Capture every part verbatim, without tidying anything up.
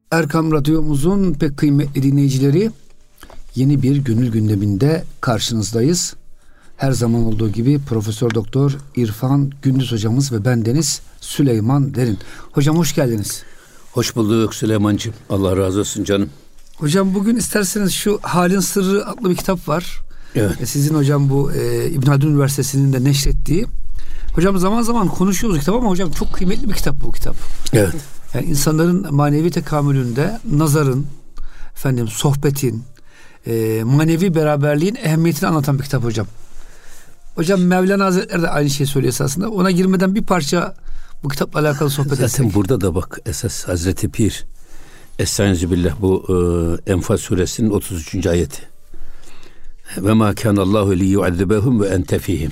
Erkam Radyomuzun pek kıymetli dinleyicileri, yeni bir gönül gündeminde karşınızdayız. Her zaman olduğu gibi Profesör Doktor İrfan Gündüz hocamız ve bendeniz Süleyman Derin. Hocam hoş geldiniz. Hoş bulduk Süleymancığım. Allah razı olsun canım. Hocam bugün isterseniz şu Halin Sırrı adlı bir kitap var. Evet. Sizin hocam bu e, İbn Haldun Üniversitesi'nin de neşrettiği. Hocam zaman zaman konuşuyoruz kitap ama hocam çok kıymetli bir kitap bu kitap. Evet. Yani insanların manevi tekamülünde nazarın, efendim sohbetin, e, manevi beraberliğin ehemmiyetini anlatan bir kitap hocam. Hocam Mevlana Hazretleri de aynı şeyi söylüyor esasında. Ona girmeden bir parça bu kitapla alakalı sohbet etsek. Zaten burada da bak esas Hazreti Pir Estaizu billah bu e, Enfal suresinin otuz üçüncü ayeti. Ve ma kânallâhu li yu'azzibehum ve ente fîhim.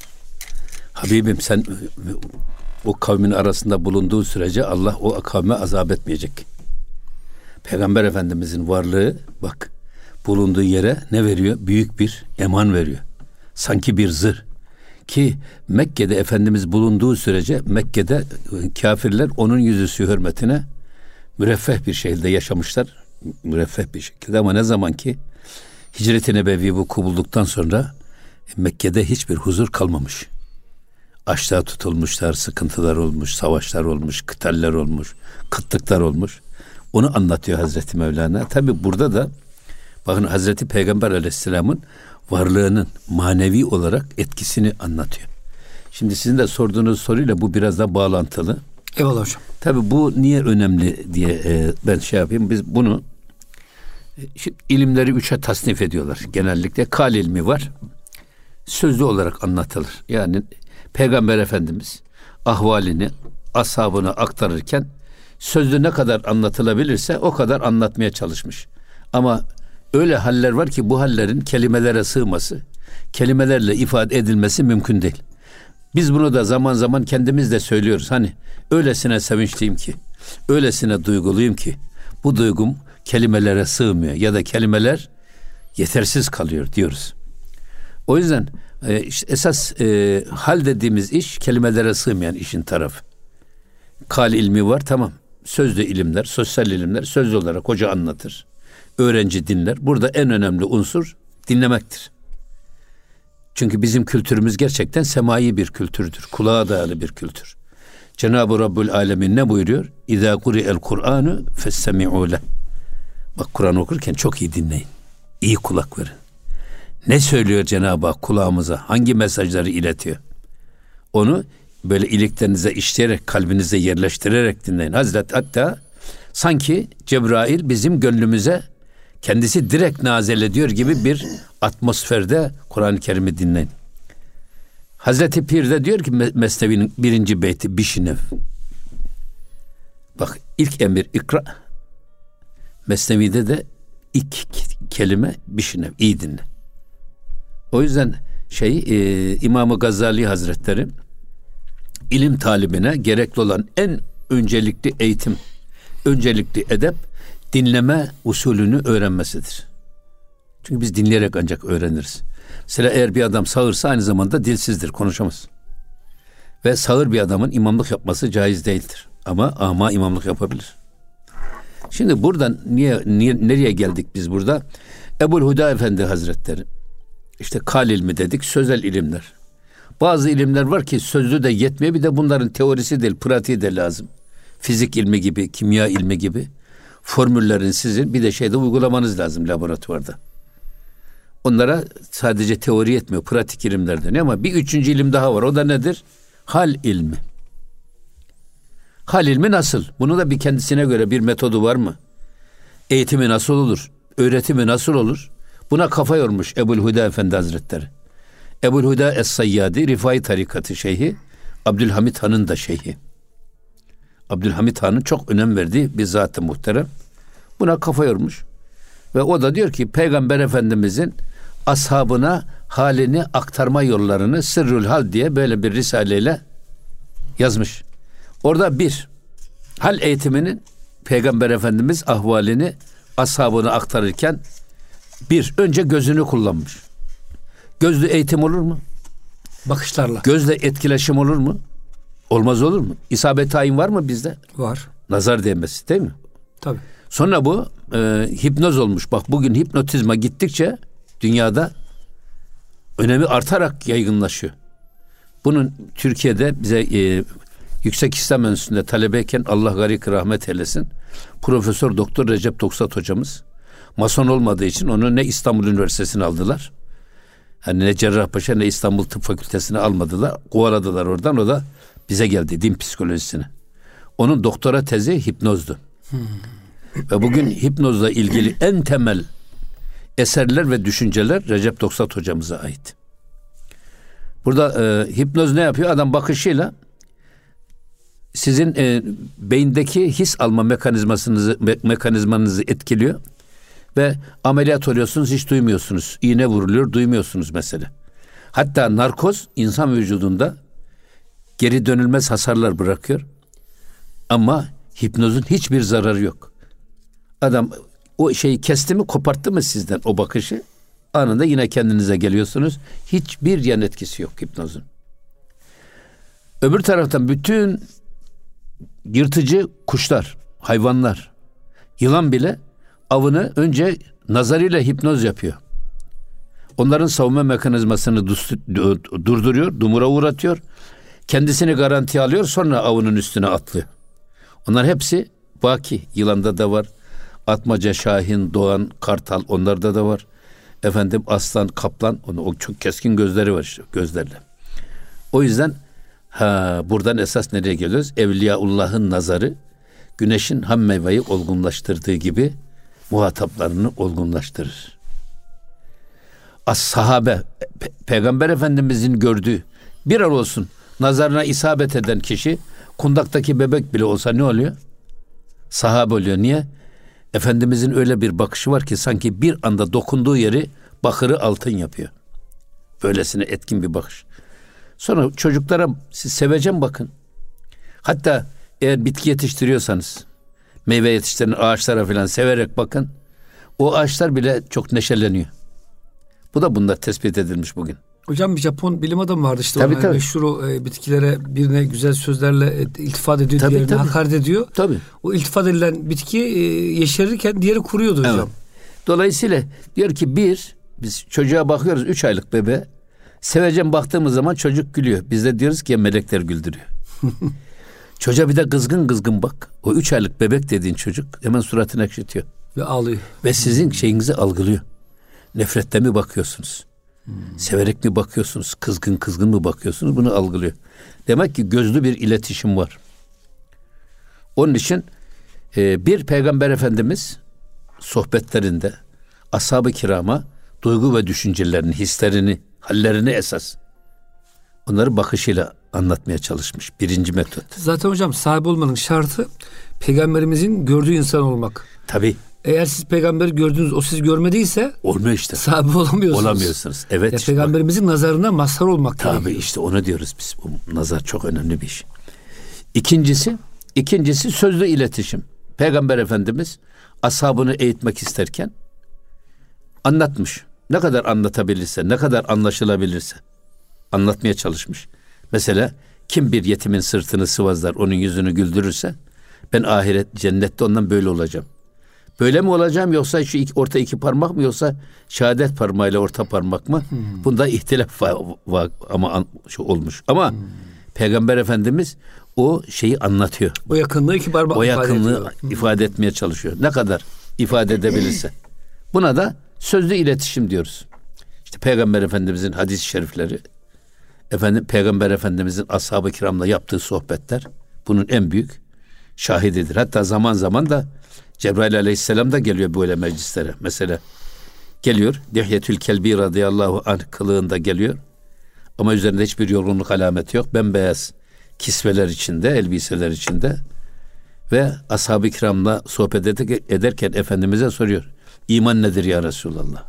Habibim sen o kavmin arasında bulunduğu sürece Allah o kavme azap etmeyecek. Peygamber Efendimizin varlığı bak bulunduğu yere ne veriyor? Büyük bir eman veriyor. Sanki bir zırh. Ki Mekke'de Efendimiz bulunduğu sürece Mekke'de kafirler onun yüzüstü hürmetine müreffeh bir şekilde yaşamışlar. Müreffeh bir şekilde ama ne zaman ki Hicret-i Nebevi vuku bulduktan sonra Mekke'de hiçbir huzur kalmamış. Açlığa tutulmuşlar, sıkıntılar olmuş, savaşlar olmuş, kıtaller olmuş, kıtlıklar olmuş. Onu anlatıyor Hazreti Mevlana. Tabi burada da bakın Hazreti Peygamber Aleyhisselam'ın varlığının manevi olarak etkisini anlatıyor. Şimdi sizin de sorduğunuz soruyla bu biraz da bağlantılı. Eyvallah hocam. Tabi bu niye önemli diye e, ben şey yapayım. Biz bunu şimdi ilimleri üçe tasnif ediyorlar. Genellikle kal ilmi var. Sözlü olarak anlatılır. Yani Peygamber Efendimiz ahvalini ashabına aktarırken sözlü ne kadar anlatılabilirse o kadar anlatmaya çalışmış. Ama öyle haller var ki bu hallerin kelimelere sığması, kelimelerle ifade edilmesi mümkün değil. Biz bunu da zaman zaman kendimiz de söylüyoruz. Hani öylesine sevinçliyim ki, öylesine duyguluyum ki bu duygum kelimelere sığmıyor ya da kelimeler yetersiz kalıyor diyoruz. O yüzden e, işte esas e, hal dediğimiz iş kelimelere sığmayan işin tarafı. Kal ilmi var, tamam. Sözlü ilimler, sosyal ilimler sözlü olarak hoca anlatır. Öğrenci dinler. Burada en önemli unsur dinlemektir. Çünkü bizim kültürümüz gerçekten semai bir kültürdür. Kulağa dayalı bir kültür. Cenab-ı Rabbül Alemin ne buyuruyor? İzâ kuri'el Kur'anu festemi'û leh. Bak Kur'an okurken çok iyi dinleyin. İyi kulak verin. Ne söylüyor Cenab-ı Hak kulağımıza? Hangi mesajları iletiyor? Onu böyle iliklerinize işleyerek, kalbinize yerleştirerek dinleyin. Hazret hatta sanki Cebrail bizim gönlümüze kendisi direkt nazil ediyor gibi bir atmosferde Kur'an-ı Kerim'i dinleyin. Hazreti Pir de diyor ki Mesnevi'nin birinci beyti Bişinev. Bak ilk emir ikra. Mesnevi'de de ilk kelime Bişinev. İyi dinle. O yüzden şey e, İmam-ı Gazali Hazretleri ilim talibine gerekli olan en öncelikli eğitim, öncelikli edep dinleme usulünü öğrenmesidir. Çünkü biz dinleyerek ancak öğreniriz. Mesela eğer bir adam sağırsa aynı zamanda dilsizdir, konuşamaz. Ve sağır bir adamın imamlık yapması caiz değildir. Ama ama imamlık yapabilir. Şimdi buradan niye, niye nereye geldik biz burada? Ebu'l-Huda Efendi Hazretleri işte kal ilmi dedik, sözel ilimler. Bazı ilimler var ki sözlü de yetmiyor, bir de bunların teorisi değil, pratiği de lazım. Fizik ilmi gibi, kimya ilmi gibi formüllerin sizin bir de şeyde uygulamanız lazım laboratuvarda. Onlara sadece teori yetmiyor, pratik ilimlerden. Ama bir üçüncü ilim daha var, o da nedir? Hal ilmi. Hal ilmi nasıl? Bunu da bir kendisine göre bir metodu var mı? Eğitimi nasıl olur? Öğretimi nasıl olur? Buna kafa yormuş Ebu'l-Huda Efendi Hazretleri. Ebu'l-Huda Es-Sayyadi, Rifai Tarikatı Şeyhi, Abdülhamit Han'ın da şeyhi. Abdülhamit Han'ın çok önem verdiği bir zat-ı muhterem. Buna kafa yormuş. Ve o da diyor ki Peygamber Efendimizin ashabına halini aktarma yollarını Sırrül Hal diye böyle bir risaleyle yazmış. Orada bir, hal eğitiminin Peygamber Efendimiz ahvalini ashabına aktarırken bir, önce gözünü kullanmış. Gözlü eğitim olur mu? Bakışlarla. Gözle etkileşim olur mu? Olmaz olur mu? İsabet tayin var mı bizde? Var. Nazar değmesi değil mi? Tabii. Sonra bu e, hipnoz olmuş. Bak bugün hipnotizma gittikçe dünyada önemi artarak yaygınlaşıyor. Bunun Türkiye'de bize e, Yüksek İslam Enstitüsü'nde talebeyken Allah garik rahmet eylesin. Profesör Doktor Recep Toksat hocamız Mason olmadığı için onu ne İstanbul Üniversitesi'ne aldılar. Yani ne Cerrahpaşa ne İstanbul Tıp Fakültesi'ne almadılar. Kovaladılar oradan. O da bize geldi din psikolojisine. Onun doktora tezi hipnozdu. Hmm. Ve bugün hipnozla ilgili en temel eserler ve düşünceler Recep Toksat hocamıza ait. Burada e, hipnoz ne yapıyor? Adam bakışıyla sizin e, beyindeki his alma mekanizmasınızı me, mekanizmanızı etkiliyor ve ameliyat oluyorsunuz, hiç duymuyorsunuz. İğne vuruluyor, duymuyorsunuz mesela. Hatta narkoz insan vücudunda geri dönülmez hasarlar bırakıyor. Ama hipnozun hiçbir zararı yok. Adam o şeyi kesti mi, koparttı mı sizden o bakışı, anında yine kendinize geliyorsunuz. Hiçbir yan etkisi yok hipnozun. Öbür taraftan bütün yırtıcı kuşlar, hayvanlar, yılan bile avını önce nazarıyla hipnoz yapıyor. Onların savunma mekanizmasını durduruyor, dumura uğratıyor. Kendisini garantiye alıyor, sonra avının üstüne atlıyor. Onlar hepsi vaki. Yılanda da var. Atmaca, şahin, doğan, kartal, onlarda da var. Efendim aslan, kaplan, onun o çok keskin gözleri var işte, gözlerle. O yüzden ha, buradan esas nereye geliyoruz? Evliyaullah'ın nazarı güneşin ham meyveyi olgunlaştırdığı gibi muhataplarını olgunlaştırır. As-sahabe, Pe- Peygamber Efendimizin gördüğü bir an olsun nazarına isabet eden kişi kundaktaki bebek bile olsa ne oluyor? Sahabe oluyor. Niye? Efendimizin öyle bir bakışı var ki sanki bir anda dokunduğu yeri bakırı altın yapıyor. Böylesine etkin bir bakış. Sonra çocuklara siz sevecen bakın. Hatta eğer bitki yetiştiriyorsanız, meyve yetiştiren ağaçlara falan severek bakın. O ağaçlar bile çok neşeleniyor. Bu da bunlar tespit edilmiş bugün. Hocam bir Japon bilim adamı vardı işte. Tabii, ona tabii. meşhur o e, bitkilere birine güzel sözlerle e, iltifat ediyor, tabii, diğerine tabii. hakaret ediyor. Tabii. O iltifat edilen bitki e, yeşerirken diğeri kuruyordu hocam. Evet. Dolayısıyla diyor ki bir, biz çocuğa bakıyoruz üç aylık bebe. Sevecen baktığımız zaman çocuk gülüyor. Biz de diyoruz ki melekler güldürüyor. Çocuğa bir de kızgın kızgın bak. O üç aylık bebek dediğin çocuk hemen suratını ekşitiyor. Ve ağlıyor. Ve sizin şeyinizi algılıyor. Nefretle mi bakıyorsunuz? Hmm. Severek mi bakıyorsunuz? Kızgın kızgın mı bakıyorsunuz? Bunu algılıyor. Demek ki gözlü bir iletişim var. Onun için e, bir Peygamber Efendimiz sohbetlerinde ashab-ı kirama duygu ve düşüncelerini, hislerini, hallerini esas onları bakışıyla anlatmaya çalışmış. Birinci metot. Zaten hocam sahibi olmanın şartı Peygamberimizin gördüğü insan olmak. Tabii. Eğer siz peygamberi gördünüz, o siz görmediyse olmuyor işte. Sahibi olamıyorsunuz. Olamıyorsunuz. Evet. Ya işte peygamberimizin bak. nazarına mazhar olmak. Tabii gerekiyor. işte onu diyoruz biz. Bu nazar çok önemli bir iş. İkincisi, ikincisi sözlü iletişim. Peygamber Efendimiz ashabını eğitmek isterken anlatmış. Ne kadar anlatabilirse, ne kadar anlaşılabilirse anlatmaya çalışmış. Mesela kim bir yetimin sırtını sıvazlar, onun yüzünü güldürürse ben ahiret cennette ondan böyle olacağım. Böyle mi olacağım yoksa şu iki, orta iki parmak mı yoksa şehadet parmağıyla orta parmak mı? Hmm. Bunda ihtilaf var, var ama an, şu olmuş. Ama hmm. Peygamber Efendimiz o şeyi anlatıyor. O yakınlığı iki parmak o ifade yakınlığı ediyor. ifade etmeye çalışıyor. Ne kadar ifade edebilirse. Buna da sözlü iletişim diyoruz. İşte Peygamber Efendimizin hadis-i şerifleri, efendim Peygamber Efendimizin ashab-ı kiramla yaptığı sohbetler bunun en büyük şahididir. Hatta zaman zaman da Cebrail Aleyhisselam da geliyor böyle meclislere. Mesela geliyor. Dihyetül Kelbi radıyallahu anh kılığında geliyor. Ama üzerinde hiçbir yorgunluk alameti yok. Bembeyaz kisveler içinde, elbiseler içinde. Ve ashab-ı kiramla sohbet ederken Efendimiz'e soruyor. İman nedir ya Resulallah?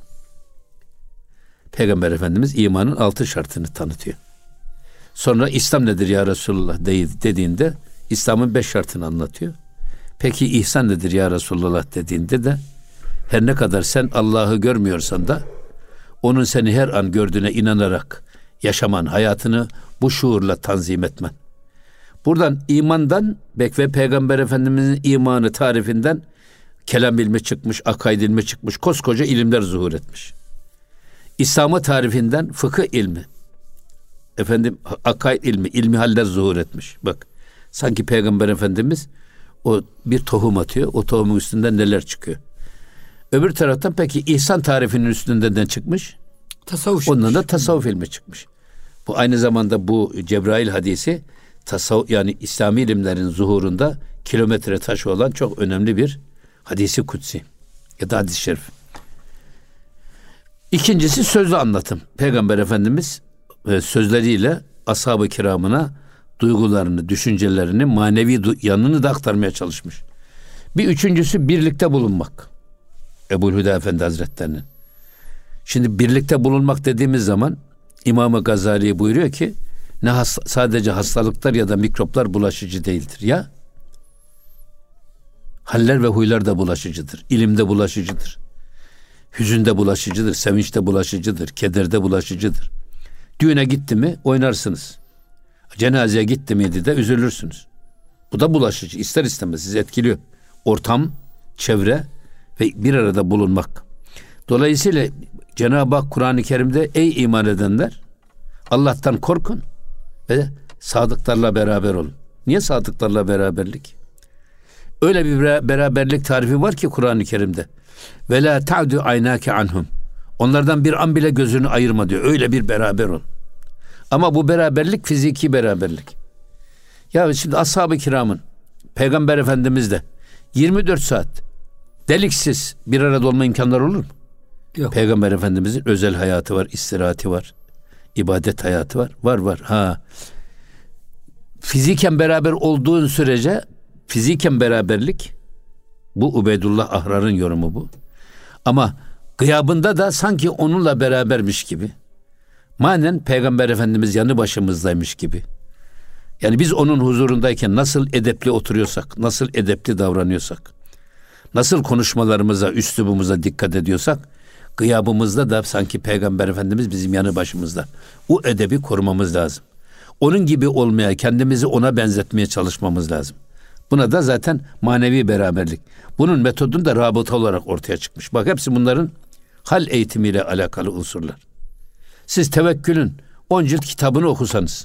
Peygamber Efendimiz imanın altı şartını tanıtıyor. Sonra İslam nedir ya Resulallah dediğinde İslam'ın beş şartını anlatıyor. Peki ihsan nedir ya Resulallah dediğinde de her ne kadar sen Allah'ı görmüyorsan da onun seni her an gördüğüne inanarak yaşaman, hayatını bu şuurla tanzim etmen. Buradan imandan ve Peygamber Efendimizin imanı tarifinden kelam ilmi çıkmış, akaid ilmi çıkmış, koskoca ilimler zuhur etmiş. İslam'ı tarifinden fıkıh ilmi, efendim akaid ilmi, ilmi haller zuhur etmiş. Bak, sanki Peygamber Efendimiz o bir tohum atıyor, o tohumun üstünden neler çıkıyor. Öbür taraftan peki ihsan tarifinin üstünden ne çıkmış? Tasavvuf. Ondan da tasavvuf ilmi çıkmış. Bu aynı zamanda bu Cebrail hadisi tasavvuf, yani İslami ilimlerin zuhurunda kilometre taşı olan çok önemli bir hadisi kutsi ya da hadis-i şerif. İkincisi sözlü anlatım. Peygamber Efendimiz sözleriyle ashab-ı kiramına duygularını, düşüncelerini, manevi yanını da aktarmaya çalışmış. Bir üçüncüsü birlikte bulunmak. Ebu'l-Hüda Efendi Hazretleri'nin. Şimdi birlikte bulunmak dediğimiz zaman İmam-ı Gazali buyuruyor ki ne hasta, sadece hastalıklar ya da mikroplar bulaşıcı değildir. Ya haller ve huylar da bulaşıcıdır. İlimde bulaşıcıdır. Hüzünde bulaşıcıdır. Sevinçte bulaşıcıdır. Kederde bulaşıcıdır. Düğüne gitti mi oynarsınız. Cenazeye gitti miydi de üzülürsünüz. Bu da bulaşıcı. İster istemez sizi etkiliyor. Ortam, çevre ve bir arada bulunmak. Dolayısıyla Cenab-ı Hak Kur'an-ı Kerim'de ey iman edenler Allah'tan korkun ve sadıklarla beraber olun. Niye sadıklarla beraberlik? Öyle bir beraberlik tarifi var ki Kur'an-ı Kerim'de. Ve la ta'du aynake anhum. Onlardan bir an bile gözünü ayırma diyor. Öyle bir beraber ol. Ama bu beraberlik fiziki beraberlik. Ya şimdi ashab-ı kiramın, Peygamber Efendimiz de yirmi dört saat deliksiz bir arada olma imkanları olur mu? Yok. Peygamber Efendimizin özel hayatı var, istirahati var, ibadet hayatı var. Var var. Ha. Fiziken beraber olduğun sürece fiziken beraberlik, bu Ubeydullah Ahrar'ın yorumu bu. Ama gıyabında da sanki onunla berabermiş gibi. Manen Peygamber Efendimiz yanı başımızdaymış gibi. Yani biz onun huzurundayken nasıl edepli oturuyorsak, nasıl edepli davranıyorsak, nasıl konuşmalarımıza, üslubumuza dikkat ediyorsak, gıyabımızda da sanki Peygamber Efendimiz bizim yanı başımızda. O edebi korumamız lazım. Onun gibi olmaya, kendimizi ona benzetmeye çalışmamız lazım. Buna da zaten manevi beraberlik. Bunun metodunu da rabıta olarak ortaya çıkmış. Bak, hepsi bunların hal eğitimiyle alakalı unsurlar. Siz tevekkülün on cilt kitabını okusanız,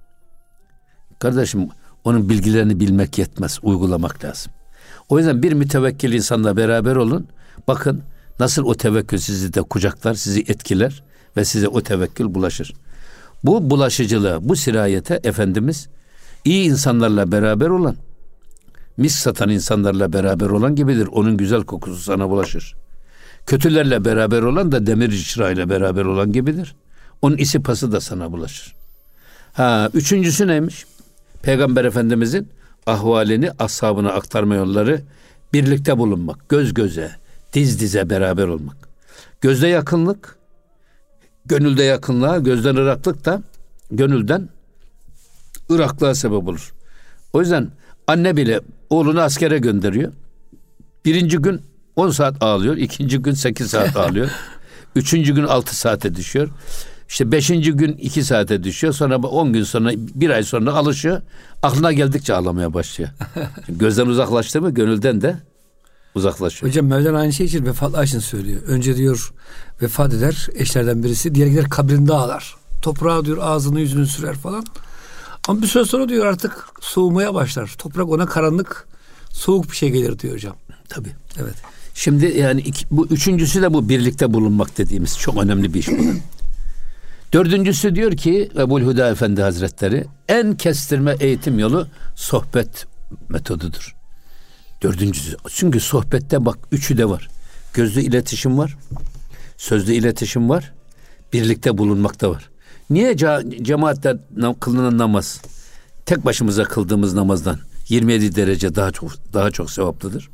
kardeşim, onun bilgilerini bilmek yetmez, uygulamak lazım. O yüzden bir mütevekkil insanla beraber olun. Bakın nasıl o tevekkül sizi de kucaklar, sizi etkiler ve size o tevekkül bulaşır. Bu bulaşıcılığa, bu sirayete Efendimiz iyi insanlarla beraber olan, misk satan insanlarla beraber olan gibidir. Onun güzel kokusu sana bulaşır. Kötülerle beraber olan da demirci çırağıyla beraber olan gibidir. Onun isi pası da sana bulaşır. Ha, üçüncüsü neymiş? Peygamber Efendimizin ahvalini ashabına aktarma yolları, birlikte bulunmak, göz göze, diz dize beraber olmak. Gözde yakınlık, gönülde yakınlığa, gözden ıraklık da gönülden ıraklığa sebep olur. O yüzden anne bile oğlunu askere gönderiyor. Birinci gün on saat ağlıyor, ikinci gün sekiz saat ağlıyor. Üçüncü gün altı saate düşüyor. İşte beşinci gün iki saate düşüyor. Sonra on gün sonra, bir ay sonra alışıyor. Aklına geldikçe ağlamaya başlıyor. Gözden uzaklaştı mı gönülden de uzaklaşıyor. Hocam Mevlana aynı şey için vefatlar için söylüyor. Önce diyor vefat eder eşlerden birisi. Diğer gider kabrinde ağlar. Toprağa diyor ağzını yüzünü sürer falan. Ama bir süre sonra diyor artık soğumaya başlar. Toprak ona karanlık, soğuk bir şey gelir diyor hocam. Tabii. Evet. Şimdi yani iki, bu üçüncüsü de bu birlikte bulunmak dediğimiz çok önemli bir iş bu. Dördüncüsü diyor ki Ebu'l-Hüda Efendi Hazretleri, en kestirme eğitim yolu sohbet metodudur. Dördüncüsü. Çünkü sohbette bak üçü de var. Gözlü iletişim var. Sözlü iletişim var. Birlikte bulunmak da var. Niye ca- cemaatle kılınan namaz tek başımıza kıldığımız namazdan yirmi yedi derece daha çok daha çok sevaplıdır?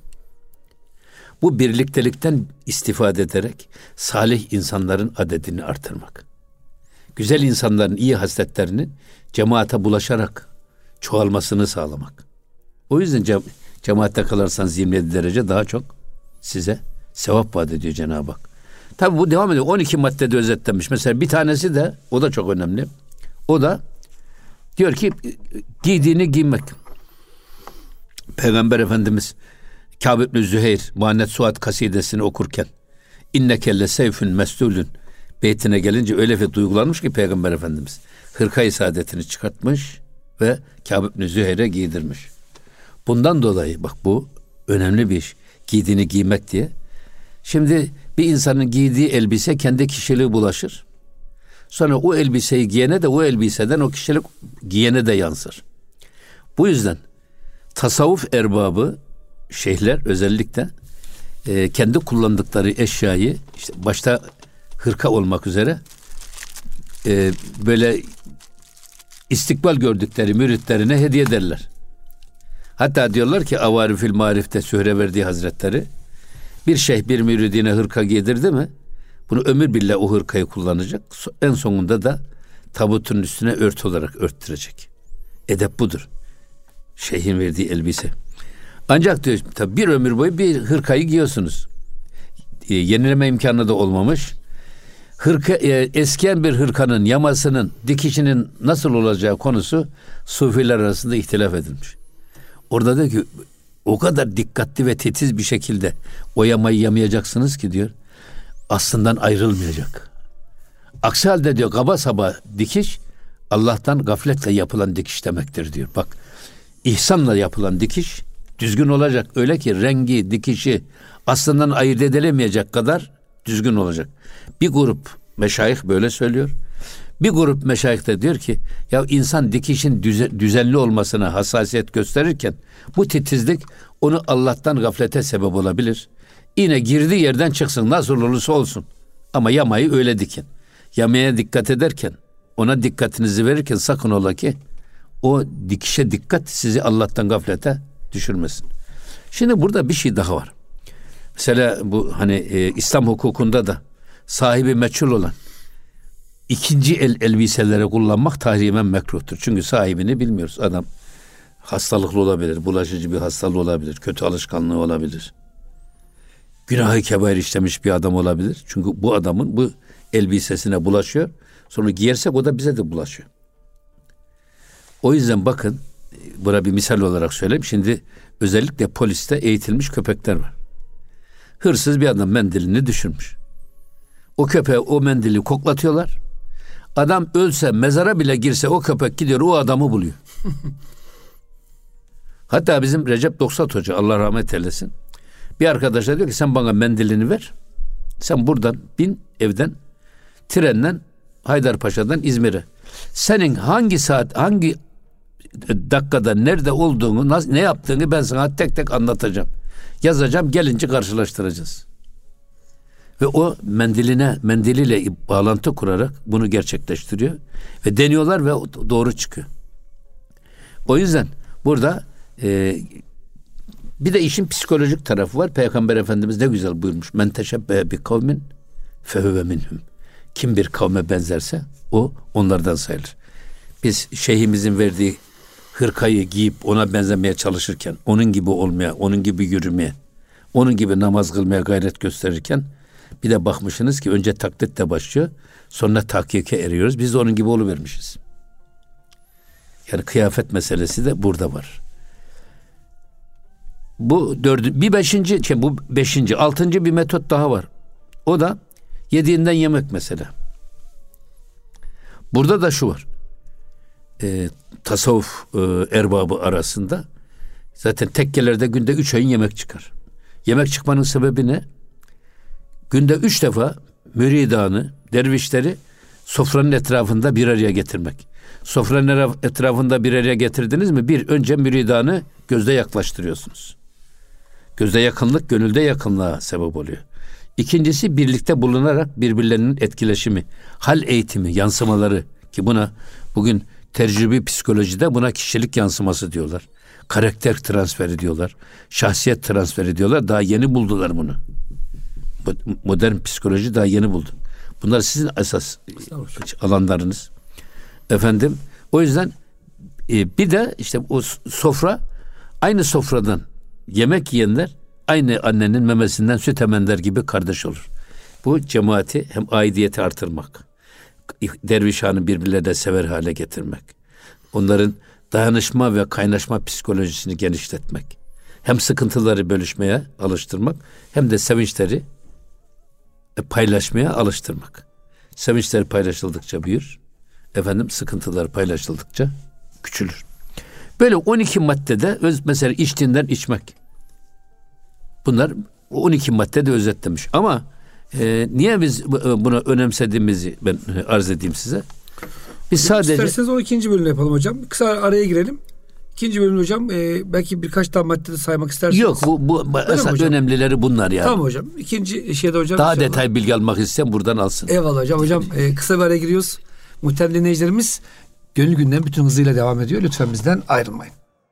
Bu birliktelikten istifade ederek salih insanların adedini artırmak. Güzel insanların iyi hasletlerinin cemaate bulaşarak çoğalmasını sağlamak. O yüzden cem- cemaatte kalırsanız yirmi yedi derece daha çok size sevap vaat ediyor Cenab-ı Hak. Tabi bu devam ediyor. on iki maddede özetlenmiş. Mesela bir tanesi de, o da çok önemli. O da diyor ki giydiğini giymek. Peygamber Efendimiz Kâb ibn Züheyr Muannet Suat kasidesini okurken inneke le seyfün meslulün beytine gelince öyle bir duygulanmış ki Peygamber Efendimiz hırka-i saadetini çıkartmış ve Kâb ibn Züheyr'e giydirmiş. Bundan dolayı bak bu önemli bir iş. Giydiğini giymek diye. Şimdi bir insanın giydiği elbise kendi kişiliği bulaşır. Sonra o elbiseyi giyene de o elbiseden o kişilik giyene de yansır. Bu yüzden tasavvuf erbabı şeyhler özellikle e, kendi kullandıkları eşyayı işte başta hırka olmak üzere e, böyle istikbal gördükleri müritlerine hediye ederler. Hatta diyorlar ki Avarifül Marif'te Sühreverdi Hazretleri bir şeyh bir müridine hırka giydirdi mi bunu ömür billah o hırkayı kullanacak. En sonunda da tabutun üstüne örtü olarak örttürecek. Edep budur. Şeyhin verdiği elbise. Ancak diyor tabii bir ömür boyu bir hırkayı giyiyorsunuz. E, yenileme imkanı da olmamış. Hırka, e, eskiyen bir hırkanın yamasının dikişinin nasıl olacağı konusu sufiler arasında ihtilaf edilmiş. Orada diyor ki o kadar dikkatli ve titiz bir şekilde o yamayı yamayacaksınız ki diyor aslından ayrılmayacak. Aksi halde diyor kaba saba dikiş Allah'tan gafletle yapılan dikiş demektir diyor. Bak ihsanla yapılan dikiş düzgün olacak. Öyle ki rengi, dikişi aslından ayırt edilemeyecek kadar düzgün olacak. Bir grup meşayih böyle söylüyor. Bir grup meşayih de diyor ki ya insan dikişin düze, düzenli olmasına hassasiyet gösterirken bu titizlik onu Allah'tan gaflete sebep olabilir. Yine girdiği yerden çıksın nasıl olursa olsun. Ama yamayı öyle dikin. Yamaya dikkat ederken ona dikkatinizi verirken sakın ola ki o dikişe dikkat sizi Allah'tan gaflete düşürmesin. Şimdi burada bir şey daha var. Mesela bu hani e, İslam hukukunda da sahibi meçhul olan ikinci el elbiselere kullanmak tahrimen mekruhtur. Çünkü sahibini bilmiyoruz. Adam hastalıklı olabilir, bulaşıcı bir hastalığı olabilir, kötü alışkanlığı olabilir. Günah-ı kebair işlemiş bir adam olabilir. Çünkü bu adamın bu elbisesine bulaşıyor. Sonra giyersek o da bize de bulaşıyor. O yüzden bakın, buna bir misal olarak söyleyeyim. Şimdi özellikle poliste eğitilmiş köpekler var. Hırsız bir adam mendilini düşürmüş. O köpeğe o mendili koklatıyorlar. Adam ölse, mezara bile girse o köpek gidiyor o adamı buluyor. Hatta bizim Recep Doksat Hoca, Allah rahmet eylesin, bir arkadaşa diyor ki sen bana mendilini ver. Sen buradan bin evden, trenden Haydarpaşa'dan İzmir'e. Senin hangi saat, hangi dakikada nerede olduğunu, nasıl, ne yaptığını ben sana tek tek anlatacağım. Yazacağım, gelince karşılaştıracağız. Ve o mendiline, mendiliyle bağlantı kurarak bunu gerçekleştiriyor. Ve deniyorlar ve doğru çıkıyor. O yüzden burada e, bir de işin psikolojik tarafı var. Peygamber Efendimiz ne güzel buyurmuş. Men teşebbehe bi kavmin fehuve minhum. Kim bir kavme benzerse o onlardan sayılır. Biz şeyhimizin verdiği hırkayı giyip ona benzemeye çalışırken, onun gibi olmaya, onun gibi yürümeye, onun gibi namaz kılmaya gayret gösterirken bir de bakmışsınız ki önce taklitle başlıyor, sonra tahkike eriyoruz. Biz de onun gibi oluvermişiz. Yani kıyafet meselesi de burada var. Bu dördü, bir beşinci, şey, bu beşinci, altıncı bir metot daha var. O da yediğinden yemek mesela. Burada da şu var. E, tasavvuf e, erbabı arasında zaten tekkelerde günde üç öğün yemek çıkar. Yemek çıkmanın sebebi ne? Günde üç defa müridanı, dervişleri sofranın etrafında bir araya getirmek. Sofranın etrafında bir araya getirdiniz mi? Bir, önce müridanı gözde yaklaştırıyorsunuz. Gözde yakınlık, gönülde yakınlığa sebep oluyor. İkincisi birlikte bulunarak birbirlerinin etkileşimi, hal eğitimi, yansımaları ki buna bugün tecrübi psikolojide buna kişilik yansıması diyorlar. Karakter transferi diyorlar. Şahsiyet transferi diyorlar. Daha yeni buldular bunu. Modern psikoloji daha yeni buldu. Bunlar sizin esas alanlarınız. Efendim, o yüzden e, bir de işte o sofra, aynı sofradan yemek yiyenler aynı annenin memesinden süt emenler gibi kardeş olur. Bu cemaati hem aidiyeti artırmak, dervişhanı birbirlerine sever hale getirmek, onların dayanışma ve kaynaşma psikolojisini genişletmek, Hem sıkıntıları bölüşmeye alıştırmak, hem de sevinçleri paylaşmaya alıştırmak. Sevinçler paylaşıldıkça büyür. Efendim sıkıntılar paylaşıldıkça küçülür. Böyle on iki maddede öz, mesela içtiğinden içmek. Bunlar on iki maddede özetlemiş. Ama e, niye biz bunu önemsediğimizi ben arz edeyim size. Biz sadece... İsterseniz o ikinci bölümü yapalım hocam. Kısa araya girelim. İkinci bölümde hocam e, belki birkaç tane maddede saymak isterseniz. Yok bu, bu esas önemlileri bunlar yani. Tamam hocam. İkinci şeyde hocam. Daha inşallah detay bilgi almak isteyen buradan alsın. Eyvallah hocam. Hocam e, kısa bir araya giriyoruz. Muhterem dinleyicilerimiz, Gönül Gündem bütün hızıyla devam ediyor. Lütfen bizden ayrılmayın.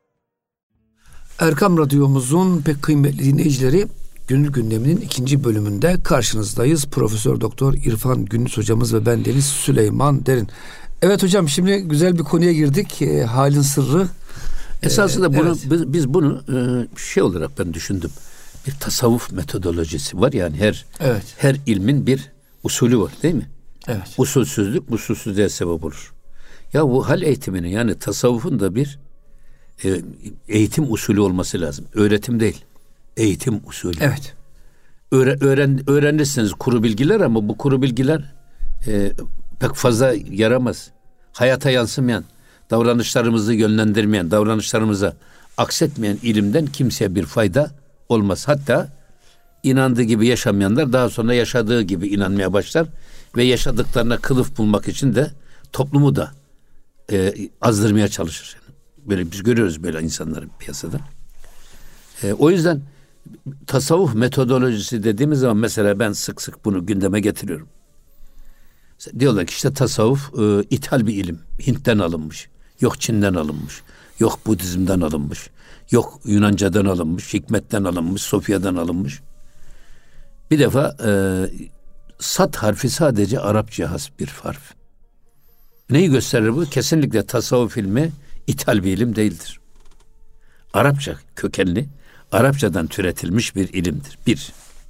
Erkam Radyomuzun pek kıymetli dinleyicileri, Gönül Gündemi'nin ikinci bölümünde karşınızdayız. Profesör Doktor İrfan Gündüz hocamız ve ben Deniz Süleyman Derin. Evet hocam, şimdi güzel bir konuya girdik. E, halin sırrı. Esasında bunu, evet. biz, biz bunu e, şey olarak ben düşündüm. Bir tasavvuf metodolojisi var yani her evet. her ilmin bir usulü var değil mi? Evet. Usulsüzlük usulsüzlüğe sebep olur. Ya bu hal eğitiminin yani tasavvufun da bir e, eğitim usulü olması lazım. Öğretim değil. Eğitim usulü. Evet. Öğre, öğren, öğrenirsiniz kuru bilgiler ama bu kuru bilgiler e, pek fazla yaramaz. Hayata yansımayan, davranışlarımızı yönlendirmeyen, davranışlarımıza aksetmeyen ilimden kimseye bir fayda olmaz. Hatta inandığı gibi yaşamayanlar daha sonra yaşadığı gibi inanmaya başlar ve yaşadıklarına kılıf bulmak için de toplumu da e, azdırmaya çalışır. Böyle biz görüyoruz böyle insanları piyasada. E, o yüzden tasavvuf metodolojisi dediğimiz zaman mesela ben sık sık bunu gündeme getiriyorum. Diyorlar ki işte tasavvuf e, ithal bir ilim. Hint'ten alınmış. Yok Çin'den alınmış. Yok Budizm'den alınmış. Yok Yunanca'dan alınmış. Hikmet'ten alınmış. Sofya'dan alınmış. Bir defa e, Sat harfi sadece Arapça has bir harf. Neyi gösterir bu? Kesinlikle tasavvuf ilmi ithal bir ilim değildir. Arapça kökenli, Arapçadan türetilmiş bir ilimdir. Bir.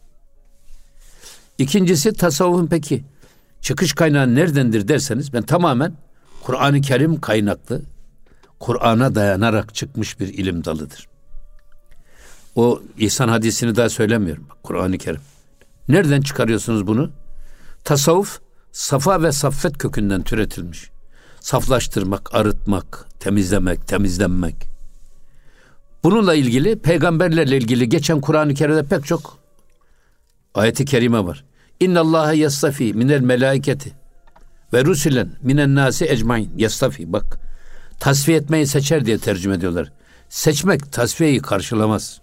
İkincisi tasavvufun peki çıkış kaynağı neredendir derseniz ben tamamen Kur'an-ı Kerim kaynaklı, Kur'an'a dayanarak çıkmış bir ilim dalıdır. O İhsan hadisini daha söylemiyorum. Kur'an-ı Kerim. Nereden çıkarıyorsunuz bunu? Tasavvuf safa ve saffet kökünden türetilmiş. Saflaştırmak, arıtmak, temizlemek, temizlenmek. Bununla ilgili peygamberlerle ilgili geçen Kur'an-ı Kerim'de pek çok ayet-i kerime var. İnnallâhe yastafi minel melâiketi ve rusulen minen nâsi ecmaîn. Yastafi bak. Tasfiye etmeyi seçer diye tercüme ediyorlar. Seçmek tasfiyeyi karşılamaz.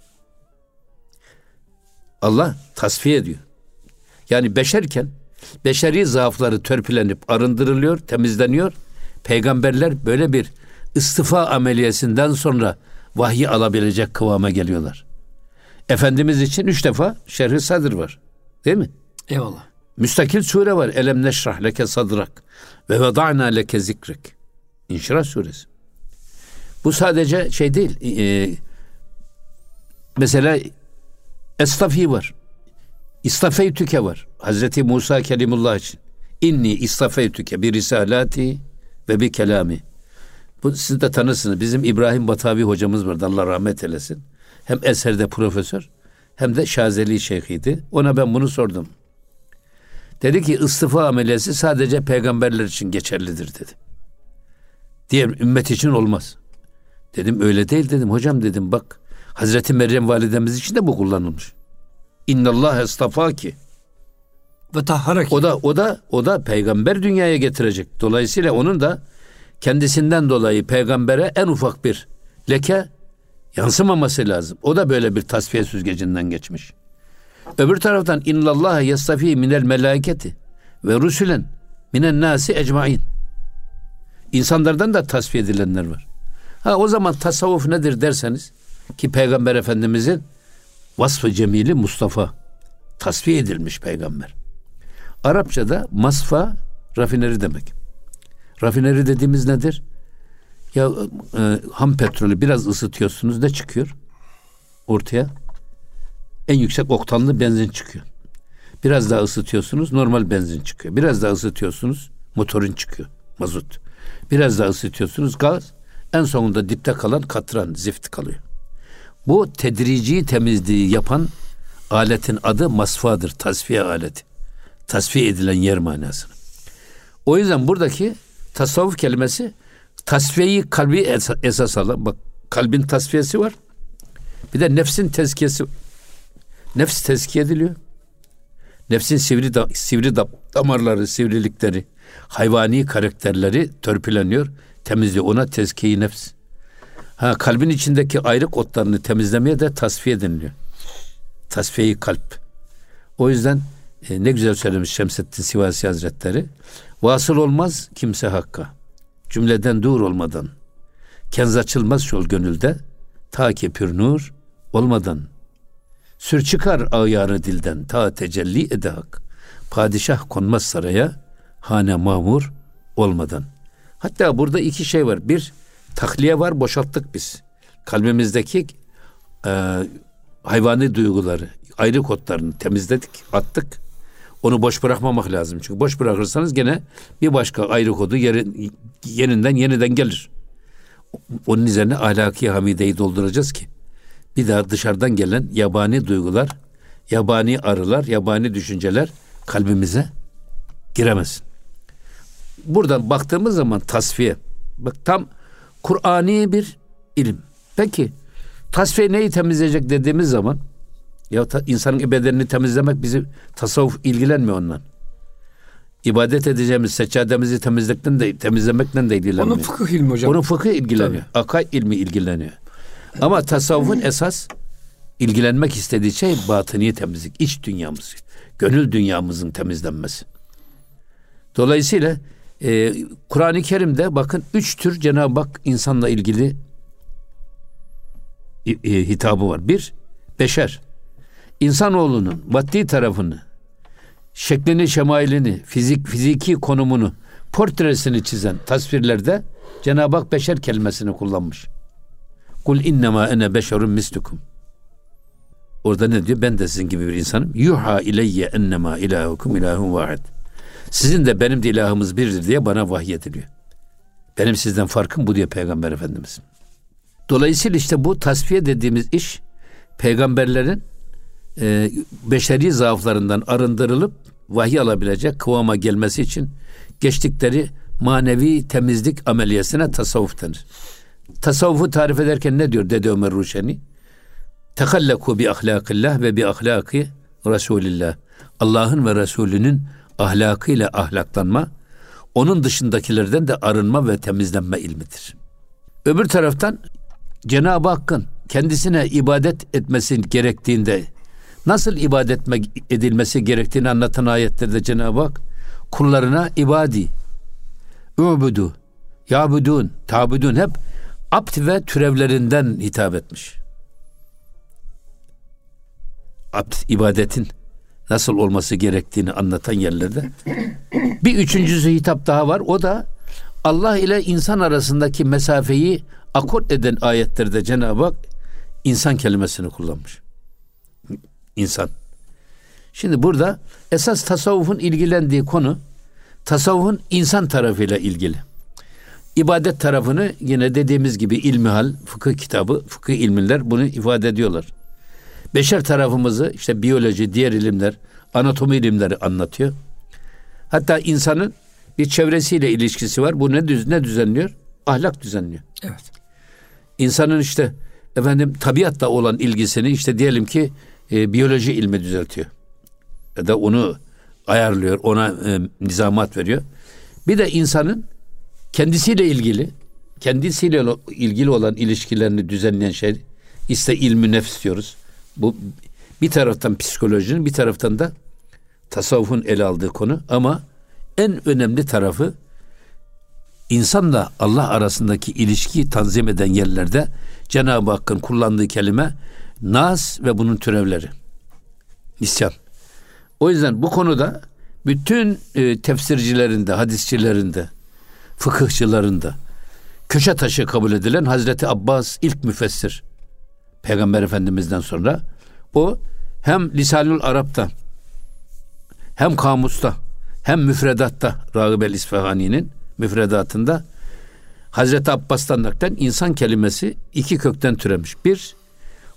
Allah tasfiye ediyor. Yani beşerken beşeri zaafları törpülenip arındırılıyor, temizleniyor. Peygamberler böyle bir istifa ameliyesinden sonra vahyi alabilecek kıvama geliyorlar. Efendimiz için üç defa şerh-i sadr var. Değil mi? Eyvallah. Müstakil sure var. Elem neşrah leke sadrak ve veda'na leke zikrek. İnşirah suresi. Bu sadece şey değil. E, mesela Estafi var. İstafeytüke var. Hazreti Musa Kelimullah için. İnni istafeytüke bir risalati ve bir kelami. Bu siz de tanırsınız. Bizim İbrahim Batavi hocamız vardı. Allah rahmet eylesin. Hem Eser'de profesör hem de Şazeli şeyhiydi. Ona ben bunu sordum. Dedi ki istifa ameliyesi sadece peygamberler için geçerlidir dedi. Diğer ümmet için olmaz. Dedim öyle değil dedim. Hocam dedim bak Hazreti Meryem validemiz için de bu kullanılmış. İnnallâhe estafâki ve tahharaki. O da o da o da peygamber dünyaya getirecek. Dolayısıyla onun da kendisinden dolayı peygambere en ufak bir leke yansımaması lazım. O da böyle bir tasfiye süzgecinden geçmiş. Öbür taraftan innallâhe yestafi minel melâiketi ve rusulen minen nâsi ecmaîn. İnsanlardan da tasfiye edilenler var. Ha o zaman tasavvuf nedir derseniz ki Peygamber Efendimizin vasfı cemili Mustafa tasfiye edilmiş peygamber. Arapçada masfa rafineri demek. Rafineri dediğimiz nedir? Ya e, ham petrolü biraz ısıtıyorsunuz ne çıkıyor? Ortaya en yüksek oktanlı benzin çıkıyor. Biraz daha ısıtıyorsunuz normal benzin çıkıyor. Biraz daha ısıtıyorsunuz motorun çıkıyor. Mazot. Biraz daha ısıtıyorsunuz gaz. En sonunda dipte kalan katran, zift kalıyor. Bu tedrici temizliği yapan aletin adı masfadır. Tasfiye aleti. Tasfiye edilen yer manasını. O yüzden buradaki tasavvuf kelimesi tasfiyeyi kalbi esas alan. Bak, kalbin tasfiyesi var. Bir de nefsin tezkiyesi. Nefs tezkiye ediliyor. Nefsin sivri, da, sivri da, damarları, sivrilikleri, hayvani karakterleri törpüleniyor. Temizliyor. Ona tezkiye-i nefs. Ha, kalbin içindeki ayrık otlarını temizlemeye de tasfiye deniliyor. Tasfiye-i kalp. O yüzden e, ne güzel söylemiş Şemseddin Sivasi Hazretleri. Vasıl olmaz kimse hakka. Cümleden dur olmadan. Kenz açılmaz yol gönülde. Ta ki pür nur olmadan. Sür çıkar ağyarı dilden. Ta tecelli ede hak. Padişah konmaz saraya. Hane mamur olmadan. Hatta burada iki şey var. Bir, tahliye var, boşalttık biz. Kalbimizdeki e, hayvani duyguları, ayrık otlarını temizledik, attık. Onu boş bırakmamak lazım. Çünkü boş bırakırsanız gene bir başka ayrık odu yeri, yerinden yeniden gelir. Onun üzerine ahlaki hamideyi dolduracağız ki bir daha dışarıdan gelen yabani duygular, yabani arılar, yabani düşünceler kalbimize giremesin. Buradan baktığımız zaman tasfiye, bak tam Kur'ani bir ilim. Peki tasfiye neyi temizleyecek dediğimiz zaman, ya ta, insanın bedenini temizlemek, bizi tasavvuf ilgilenmiyor ondan. İbadet edeceğimiz seccademizi temizlemekten de temizlemekten de ilgilenmiyor. Onun fıkıh ilmi hocam. Onun fıkıh ilgileniyor. Akaid ilmi ilgileniyor. Ama tasavvufun esas ilgilenmek istediği şey batıni temizlik, iç dünyamız, gönül dünyamızın temizlenmesi. Dolayısıyla e, Kur'an-ı Kerim'de bakın üç tür Cenab-ı Hak insanla ilgili e, e, hitabı var. Bir, beşer. İnsanoğlunun maddi tarafını, şeklini, şemailini, fizik, fiziki konumunu, portresini çizen tasvirlerde Cenab-ı Hak beşer kelimesini kullanmış. Kul innema ene beşerun mislukum. Orada ne diyor? Ben de sizin gibi bir insanım. Yuha ileyye ennema ilahukum ilahun vahid. Sizin de benim de ilahımız birdir diye bana vahyediliyor. Benim sizden farkım bu diyor Peygamber Efendimiz. Dolayısıyla işte bu tasfiye dediğimiz iş peygamberlerin e, beşeri zaaflarından arındırılıp vahiy alabilecek kıvama gelmesi için geçtikleri manevi temizlik ameliyesine tasavvuf denir. Tasavvufu tarif ederken ne diyor Dede Ömer Ruşeni? Tekallaku bi ahlakillah ve bi ahlaki Resulillah. Allah'ın ve Resulünün ahlakıyla ahlaklanma, onun dışındakilerden de arınma ve temizlenme ilmidir. Öbür taraftan Cenab-ı Hakk'ın kendisine ibadet etmesi gerektiğinde nasıl ibadet edilmesi gerektiğini anlatan ayetlerde Cenab-ı Hak kullarına ibadi, ubudu, yabudun, tabudun hep abd ve türevlerinden hitap etmiş. Abd, ibadetin nasıl olması gerektiğini anlatan yerlerde. Bir üçüncüsü hitap daha var. O da Allah ile insan arasındaki mesafeyi akort eden ayetlerde Cenab-ı Hak insan kelimesini kullanmış. İnsan. Şimdi burada esas tasavvufun ilgilendiği konu tasavvufun insan tarafıyla ilgili. İbadet tarafını yine dediğimiz gibi ilmihal, fıkıh kitabı, fıkıh ilminler bunu ifade ediyorlar. Beşer tarafımızı işte biyoloji, diğer ilimler, anatomi ilimleri anlatıyor. Hatta insanın bir çevresiyle ilişkisi var. Bu ne düz ne düzenliyor? Ahlak düzenliyor. Evet. İnsanın işte efendim tabiatla olan ilgisini işte diyelim ki e, biyoloji ilmi düzeltiyor. Ya da onu ayarlıyor, ona e, nizamat veriyor. Bir de insanın kendisiyle ilgili, kendisiyle ilgili olan ilişkilerini düzenleyen şey işte ilmi nefs diyoruz. Bu bir taraftan psikolojinin, bir taraftan da tasavvufun ele aldığı konu, ama en önemli tarafı insanla Allah arasındaki ilişkiyi tanzim eden yerlerde Cenab-ı Hakk'ın kullandığı kelime nas ve bunun türevleri. İsyan. O yüzden bu konuda bütün e, tefsircilerinde, hadisçilerinde, fıkıhçılarında köşe taşı kabul edilen Hazreti Abbas ilk müfessir. Peygamber Efendimiz'den sonra o hem Lisanül Arap'ta, hem kamusta, hem müfredatta, Ragıb el-İsfahani'nin müfredatında Hazreti Abbas'tan naklen insan kelimesi iki kökten türemiş. Bir,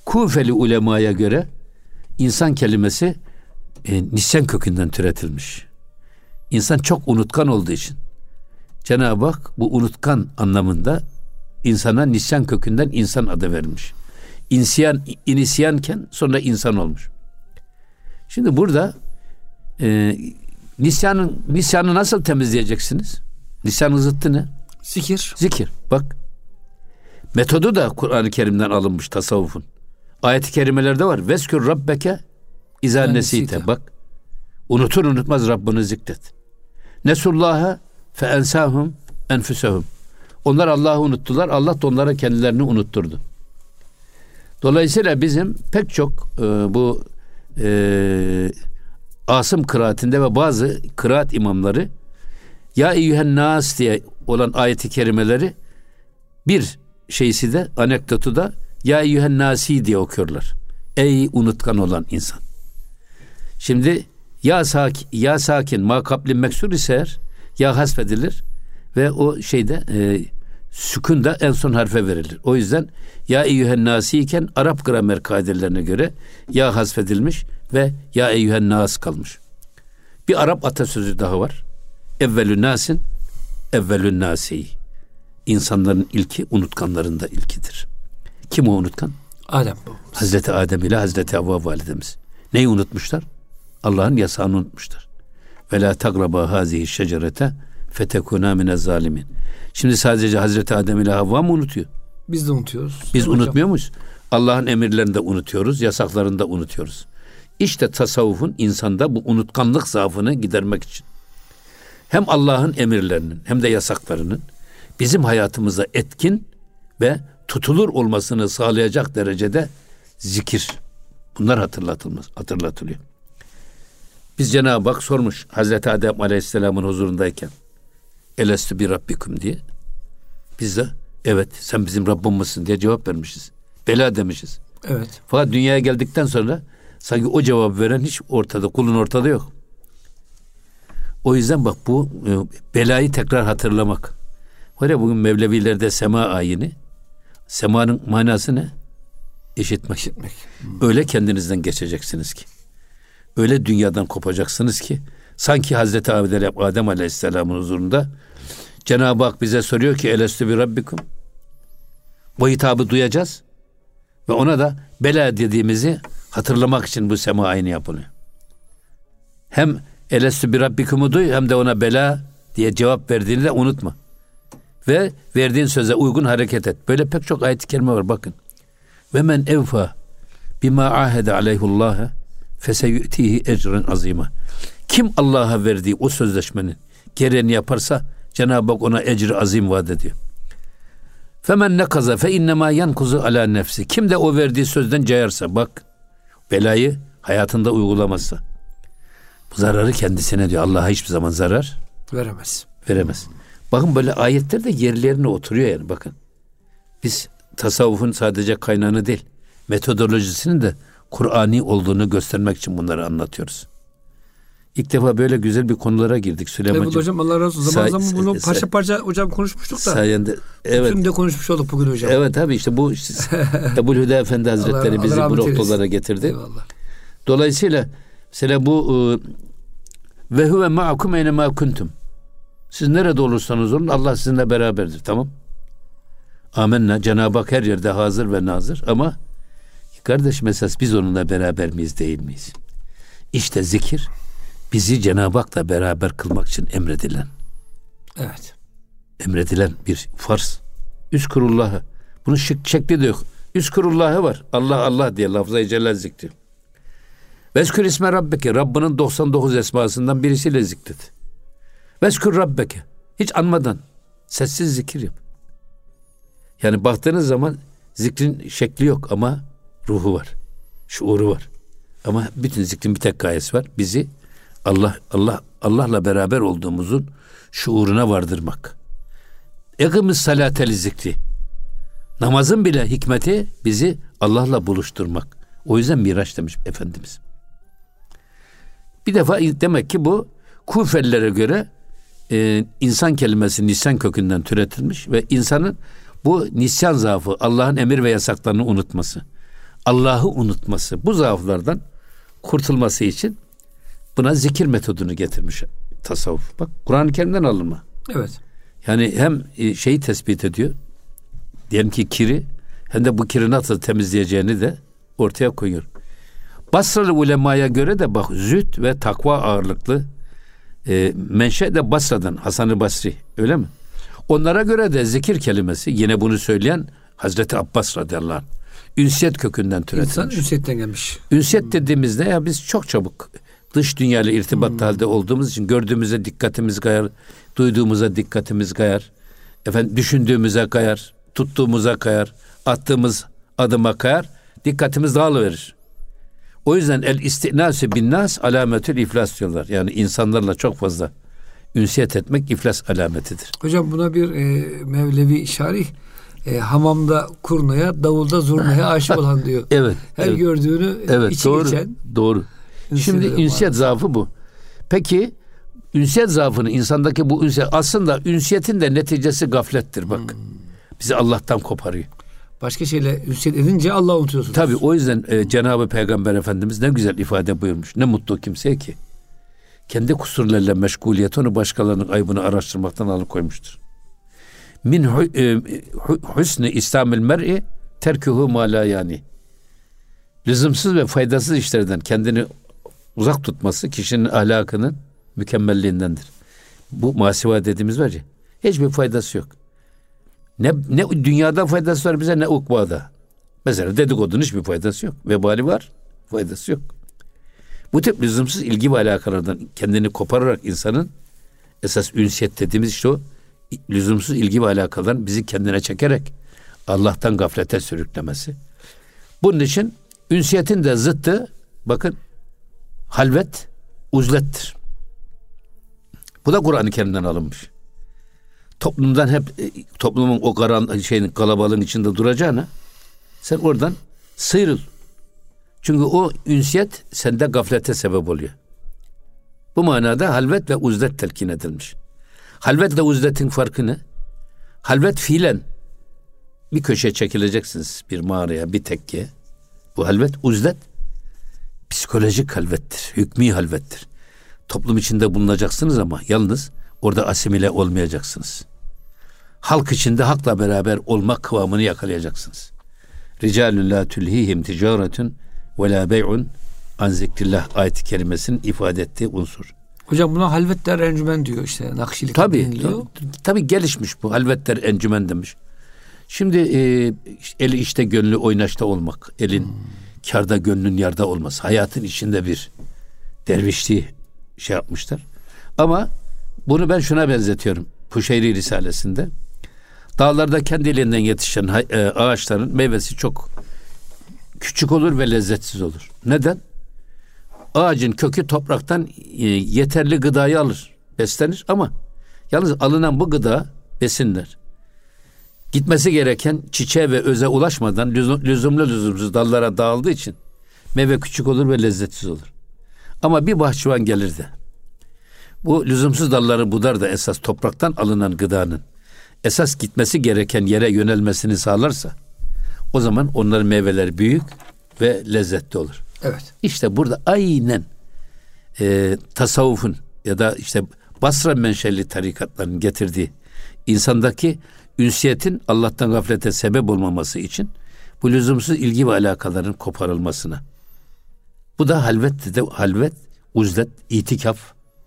Kufeli ulemaya göre insan kelimesi e, nisyan kökünden türetilmiş. İnsan çok unutkan olduğu için Cenab-ı Hak bu unutkan anlamında insana nisyan kökünden insan adı vermiş. İnsiyan, inisyanken sonra insan olmuş. Şimdi burada e, nisyanın nisyanı nasıl temizleyeceksiniz? Nisyanın zıttı ne? Zikir. Zikir. Bak. Metodu da Kur'an-ı Kerim'den alınmış tasavvufun. Ayet-i kerimelerde var. Veskür rabbeke izâ nesîte. Bak. Unutur unutmaz Rabbini zikret. Nesullâhe fe ensâhum enfüsehum. Onlar Allah'ı unuttular. Allah da onlara kendilerini unutturdu. Dolayısıyla bizim pek çok e, bu e, Asım kıraatinde ve bazı kıraat imamları ya eyyühen nas diye olan ayeti kerimeleri bir şeysi de anekdotu da ya eyyühen nasi diye okuyorlar. Ey unutkan olan insan. Şimdi ya sakin, ya sakin ma kablin meksur ise eğer ya hasfedilir ve o şeyde e, sükun da en son harfe verilir. O yüzden ya eyyühen nasi iken Arap gramer kaidelerine göre ya hasfedilmiş ve ya eyyühen nas kalmış. Bir Arap atasözü daha var. Evvelü nasin, evvelü nasi. İnsanların ilki unutkanların da ilkidir. Kim o unutkan? Adem. Hazreti Adem ile Hazreti Havva validemiz. Neyi unutmuşlar? Allah'ın yasağını unutmuşlar. Ve la tagraba hazihi şecerete fetekuna mine zalimin. Şimdi sadece Hazreti Adem ile Havva mı unutuyor? Biz de unutuyoruz. Biz hocam. unutmuyor muyuz? Allah'ın emirlerini de unutuyoruz, yasaklarını da unutuyoruz. İşte tasavvufun insanda bu unutkanlık zaafını gidermek için hem Allah'ın emirlerinin hem de yasaklarının bizim hayatımıza etkin ve tutulur olmasını sağlayacak derecede zikir. Bunlar hatırlatılmaz, hatırlatılıyor. Biz Cenab-ı Hak sormuş Hazreti Adem Aleyhisselam'ın huzurundayken elestü bir Rabbikum diye. Biz de evet sen bizim Rabbimizsin diye cevap vermişiz. Bela demişiz. Evet. Fakat dünyaya geldikten sonra sanki o cevabı veren hiç ortada, kulun ortada yok. O yüzden bak bu e, belayı tekrar hatırlamak. Var ya bugün Mevlevilerde sema ayini. Semanın manası ne? İşitmek. İşitmek. Hmm. Öyle kendinizden geçeceksiniz ki. Öyle dünyadan kopacaksınız ki sanki Hazreti Adem Aleyhisselam'ın huzurunda Cenab-ı Hak bize soruyor ki elestü bir Rabbikum. Bu hitabı duyacağız ve ona da bela dediğimizi hatırlamak için bu sema ayini yapılıyor. Hem elestü bir Rabbikum'u duy hem de ona bela diye cevap verdiğini de unutma. Ve verdiğin söze uygun hareket et. Böyle pek çok ayet-i kerime var bakın. Ve men evfa bima ahede aleyhullâhe feseyü'tihi ecren azîmâ. Kim Allah'a verdiği o sözleşmenin gereğini yaparsa Cenab-ı Hak ona ecri azim vaat ediyor. Femen nekaza fe innemâ yankuzu alâ nefsi. Kim de o verdiği sözden cayarsa bak belayı hayatında uygulamazsa bu zararı kendisine diyor. Allah'a hiçbir zaman zarar veremez. Veremez. Bakın böyle ayetler de yerlerine oturuyor yani bakın. Biz tasavvufun sadece kaynağını değil, metodolojisinin de Kur'ani olduğunu göstermek için bunları anlatıyoruz. İlk defa böyle güzel bir konulara girdik Süleyman'cığım. Evet hocam Allah razı olsun. Zaman Say, zaman bunu say, parça parça hocam konuşmuştuk da. Sayende. Evet. Tüm de konuşmuş olduk bugün hocam. Evet tabii işte bu Ebu'l-Hüda Efendi Hazretleri Allah, bizi Allah bu noktalara getirdi. Eyvallah. Dolayısıyla mesela bu ve huve ma'akum eyne ma kuntum. Siz nerede olursanız olun Allah sizinle beraberdir. Tamam. Amenna. Cenab-ı Hak her yerde hazır ve nazır ama kardeşim esas biz onunla beraber miyiz değil miyiz? İşte zikir bizi Cenab-ı Hak'la beraber kılmak için emredilen. Evet. Emredilen bir farz. Üskürullah'ı. Bunun şık, şekli de yok. Üskürullah'ı var. Allah Allah diye lafza-i celal zikri. Veskür isme rabbeke. Rabbinin doksan dokuz esmasından birisiyle zikret. Veskür rabbeke. Hiç anmadan sessiz zikir yap. Yani baktığınız zaman zikrin şekli yok ama ruhu var. Şuuru var. Ama bütün zikrin bir tek gayesi var. Bizi Allah Allah Allah'la beraber olduğumuzun şuuruna vardırmak. Ekimiz salatel zikri. Namazın bile hikmeti bizi Allah'la buluşturmak. O yüzden Miraç demiş Efendimiz. Bir defa demek ki bu Kufelilere göre e, insan kelimesi nisyan kökünden türetilmiş ve insanın bu nisyan zaafı, Allah'ın emir ve yasaklarını unutması, Allah'ı unutması, bu zaaflardan kurtulması için buna zikir metodunu getirmiş tasavvuf. Bak Kur'an-ı Kerim'den alınma. Evet. Yani hem şeyi tespit ediyor, diyelim ki kiri, hem de bu kiri nasıl temizleyeceğini de ortaya koyuyor. Basralı ulemaya göre de bak zühd ve takva ağırlıklı e, menşe de Basra'dan, Hasan-ı Basri, öyle mi? Onlara göre de zikir kelimesi, yine bunu söyleyen Hazreti Abbas radıyallahu anh, ünsiyet kökünden türetilmiş. İnsan ünsiyetten gelmiş. Ünsiyet dediğimizde ya biz çok çabuk dış dünyayla irtibatta hmm. halde olduğumuz için gördüğümüze dikkatimiz kayar, duyduğumuza dikkatimiz kayar, efendim düşündüğümüze kayar, tuttuğumuza kayar, attığımız adıma kayar, dikkatimiz dağılıverir. O yüzden el istinası bin nas alametül iflas diyorlar. Yani insanlarla çok fazla ünsiyet etmek iflas alametidir. Hocam buna bir e, Mevlevi şarih e, hamamda kurnaya, davulda zurnaya aşık olan diyor. Evet. Her evet. gördüğünü evet, içi doğru, geçen. Doğru. Şimdi ünsiyet var. Zaafı bu. Peki ünsiyet zaafını, insandaki bu ünsiyet, aslında ünsiyetin de neticesi gaflettir bak. Hmm. Bizi Allah'tan koparıyor. Başka şeyle ünsiyet edince Allah'ı unutuyorsunuz. Tabii o yüzden e, Cenab-ı Peygamber Efendimiz ne güzel ifade buyurmuş. Ne mutlu kimseye ki kendi kusurlarıyla meşguliyet onu başkalarının aybını araştırmaktan alıkoymuştur. Min husni İslamil mer'i terkuhu ma la yani. Lüzumsuz ve faydasız işlerden kendini uzak tutması kişinin ahlakının mükemmelliğindendir. Bu masiva dediğimiz var ya, hiçbir faydası yok. Ne, ne dünyada faydası var bize, ne ukbada. Mesela dedikodunun hiçbir faydası yok. Vebali var, faydası yok. Bu tip lüzumsuz ilgi ve alakalardan kendini kopararak insanın esas ünsiyet dediğimiz işte o lüzumsuz ilgi ve alakalardan bizi kendine çekerek Allah'tan gaflete sürüklemesi. Bunun için ünsiyetin de zıttı bakın halvet, uzlettir. Bu da Kur'an-ı Kerim'den alınmış. Toplumdan hep toplumun o karan şeyin kalabalığın içinde duracağına sen oradan sıyrıl. Çünkü o ünsiyet sende gaflete sebep oluyor. Bu manada halvet ve uzlet telkin edilmiş. Halvetle uzletin farkı ne? Halvet fiilen bir köşeye çekileceksiniz, bir mağaraya, bir tekkeye. Bu halvet, uzlet psikolojik halvettir, hükmî halvettir. Toplum içinde bulunacaksınız ama yalnız orada asimile olmayacaksınız. Halk içinde halkla beraber olmak kıvamını yakalayacaksınız. Ricalun la tulhihim ticaretun ve la bey'un an zikrillah ayet-i kerimesinin ifade ettiği unsur. Hocam buna halvetler encümen diyor işte. Nakşilik tabii, deniliyor. Tabii gelişmiş bu. Halvetler encümen demiş. Şimdi e, eli işte gönlü oynaşta olmak. Elin hmm. kârda gönlün yarda olması. Hayatın içinde bir dervişliği şey yapmışlar. Ama bunu ben şuna benzetiyorum. Puşeyri Risalesi'nde. Dağlarda kendiliğinden yetişen ağaçların meyvesi çok küçük olur ve lezzetsiz olur. Neden? Ağacın kökü topraktan yeterli gıdayı alır, beslenir ama yalnız alınan bu gıda, besinler gitmesi gereken çiçeğe ve öze ulaşmadan lüzumlu lüzumsuz dallara dağıldığı için meyve küçük olur ve lezzetsiz olur. Ama bir bahçıvan gelir de bu lüzumsuz dalları budar da esas topraktan alınan gıdanın esas gitmesi gereken yere yönelmesini sağlarsa o zaman onların meyveleri büyük ve lezzetli olur. Evet. İşte burada aynen e, tasavvufun ya da işte Basra menşeli tarikatların getirdiği insandaki ünsiyetin Allah'tan gaflete sebep olmaması için bu lüzumsuz ilgi ve alakaların koparılmasına. Bu da halvet de halvet, uzlet, itikaf.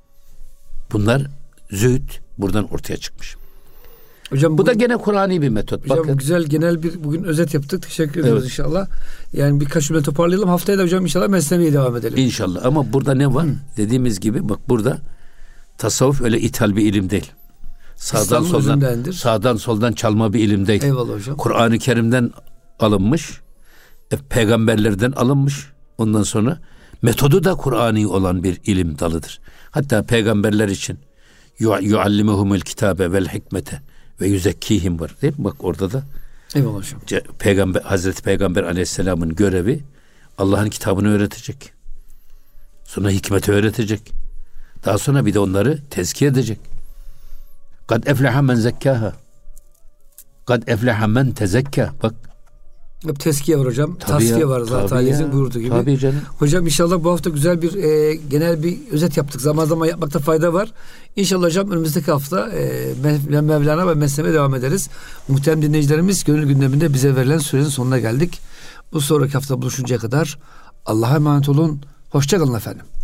Bunlar zühd buradan ortaya çıkmış. Hocam bu, bu da gene Kur'ani bir metot. Hocam bakın. Güzel genel bir bugün özet yaptık. Teşekkür ediyoruz evet. inşallah. Yani birkaç cümle toparlayalım. Haftaya da hocam inşallah Mesnevi'ye devam edelim. İnşallah. Ama burada ne var? Hı. Dediğimiz gibi bak burada tasavvuf öyle ithal bir ilim değil. Sağdan İslam'ın soldan özündendir. sağdan soldan çalma bir ilim değil. Eyvallah hocam. Kur'an-ı Kerim'den alınmış, e, peygamberlerden alınmış. Ondan sonra metodu da Kur'ani olan bir ilim dalıdır. Hatta peygamberler için yuallimuhumul kitabe vel hikmete ve yüzekkihim var değil mi? Bak orada da eyvallah hocam. Peygamber, Hazreti Peygamber Aleyhisselam'ın görevi Allah'ın kitabını öğretecek. Sonra hikmeti öğretecek. Daha sonra bir de onları tezkiye edecek. Kad efleha men zekkaha. Kad efleha men tezekka. Bak Hep teskiye var hocam. Tabii Tasfiye ya, var zaten tabii Ali'nin ya, buyurduğu gibi. tabii canım. Hocam inşallah bu hafta güzel bir e, genel bir özet yaptık. Zaman zaman yapmakta fayda var. İnşallah hocam önümüzdeki hafta e, Mev- Mevlana ve Mesnevi'ye devam ederiz. Muhterem dinleyicilerimiz, gönül gündeminde bize verilen sürenin sonuna geldik. Bu sonraki hafta buluşuncaya kadar Allah'a emanet olun. Hoşça kalın efendim.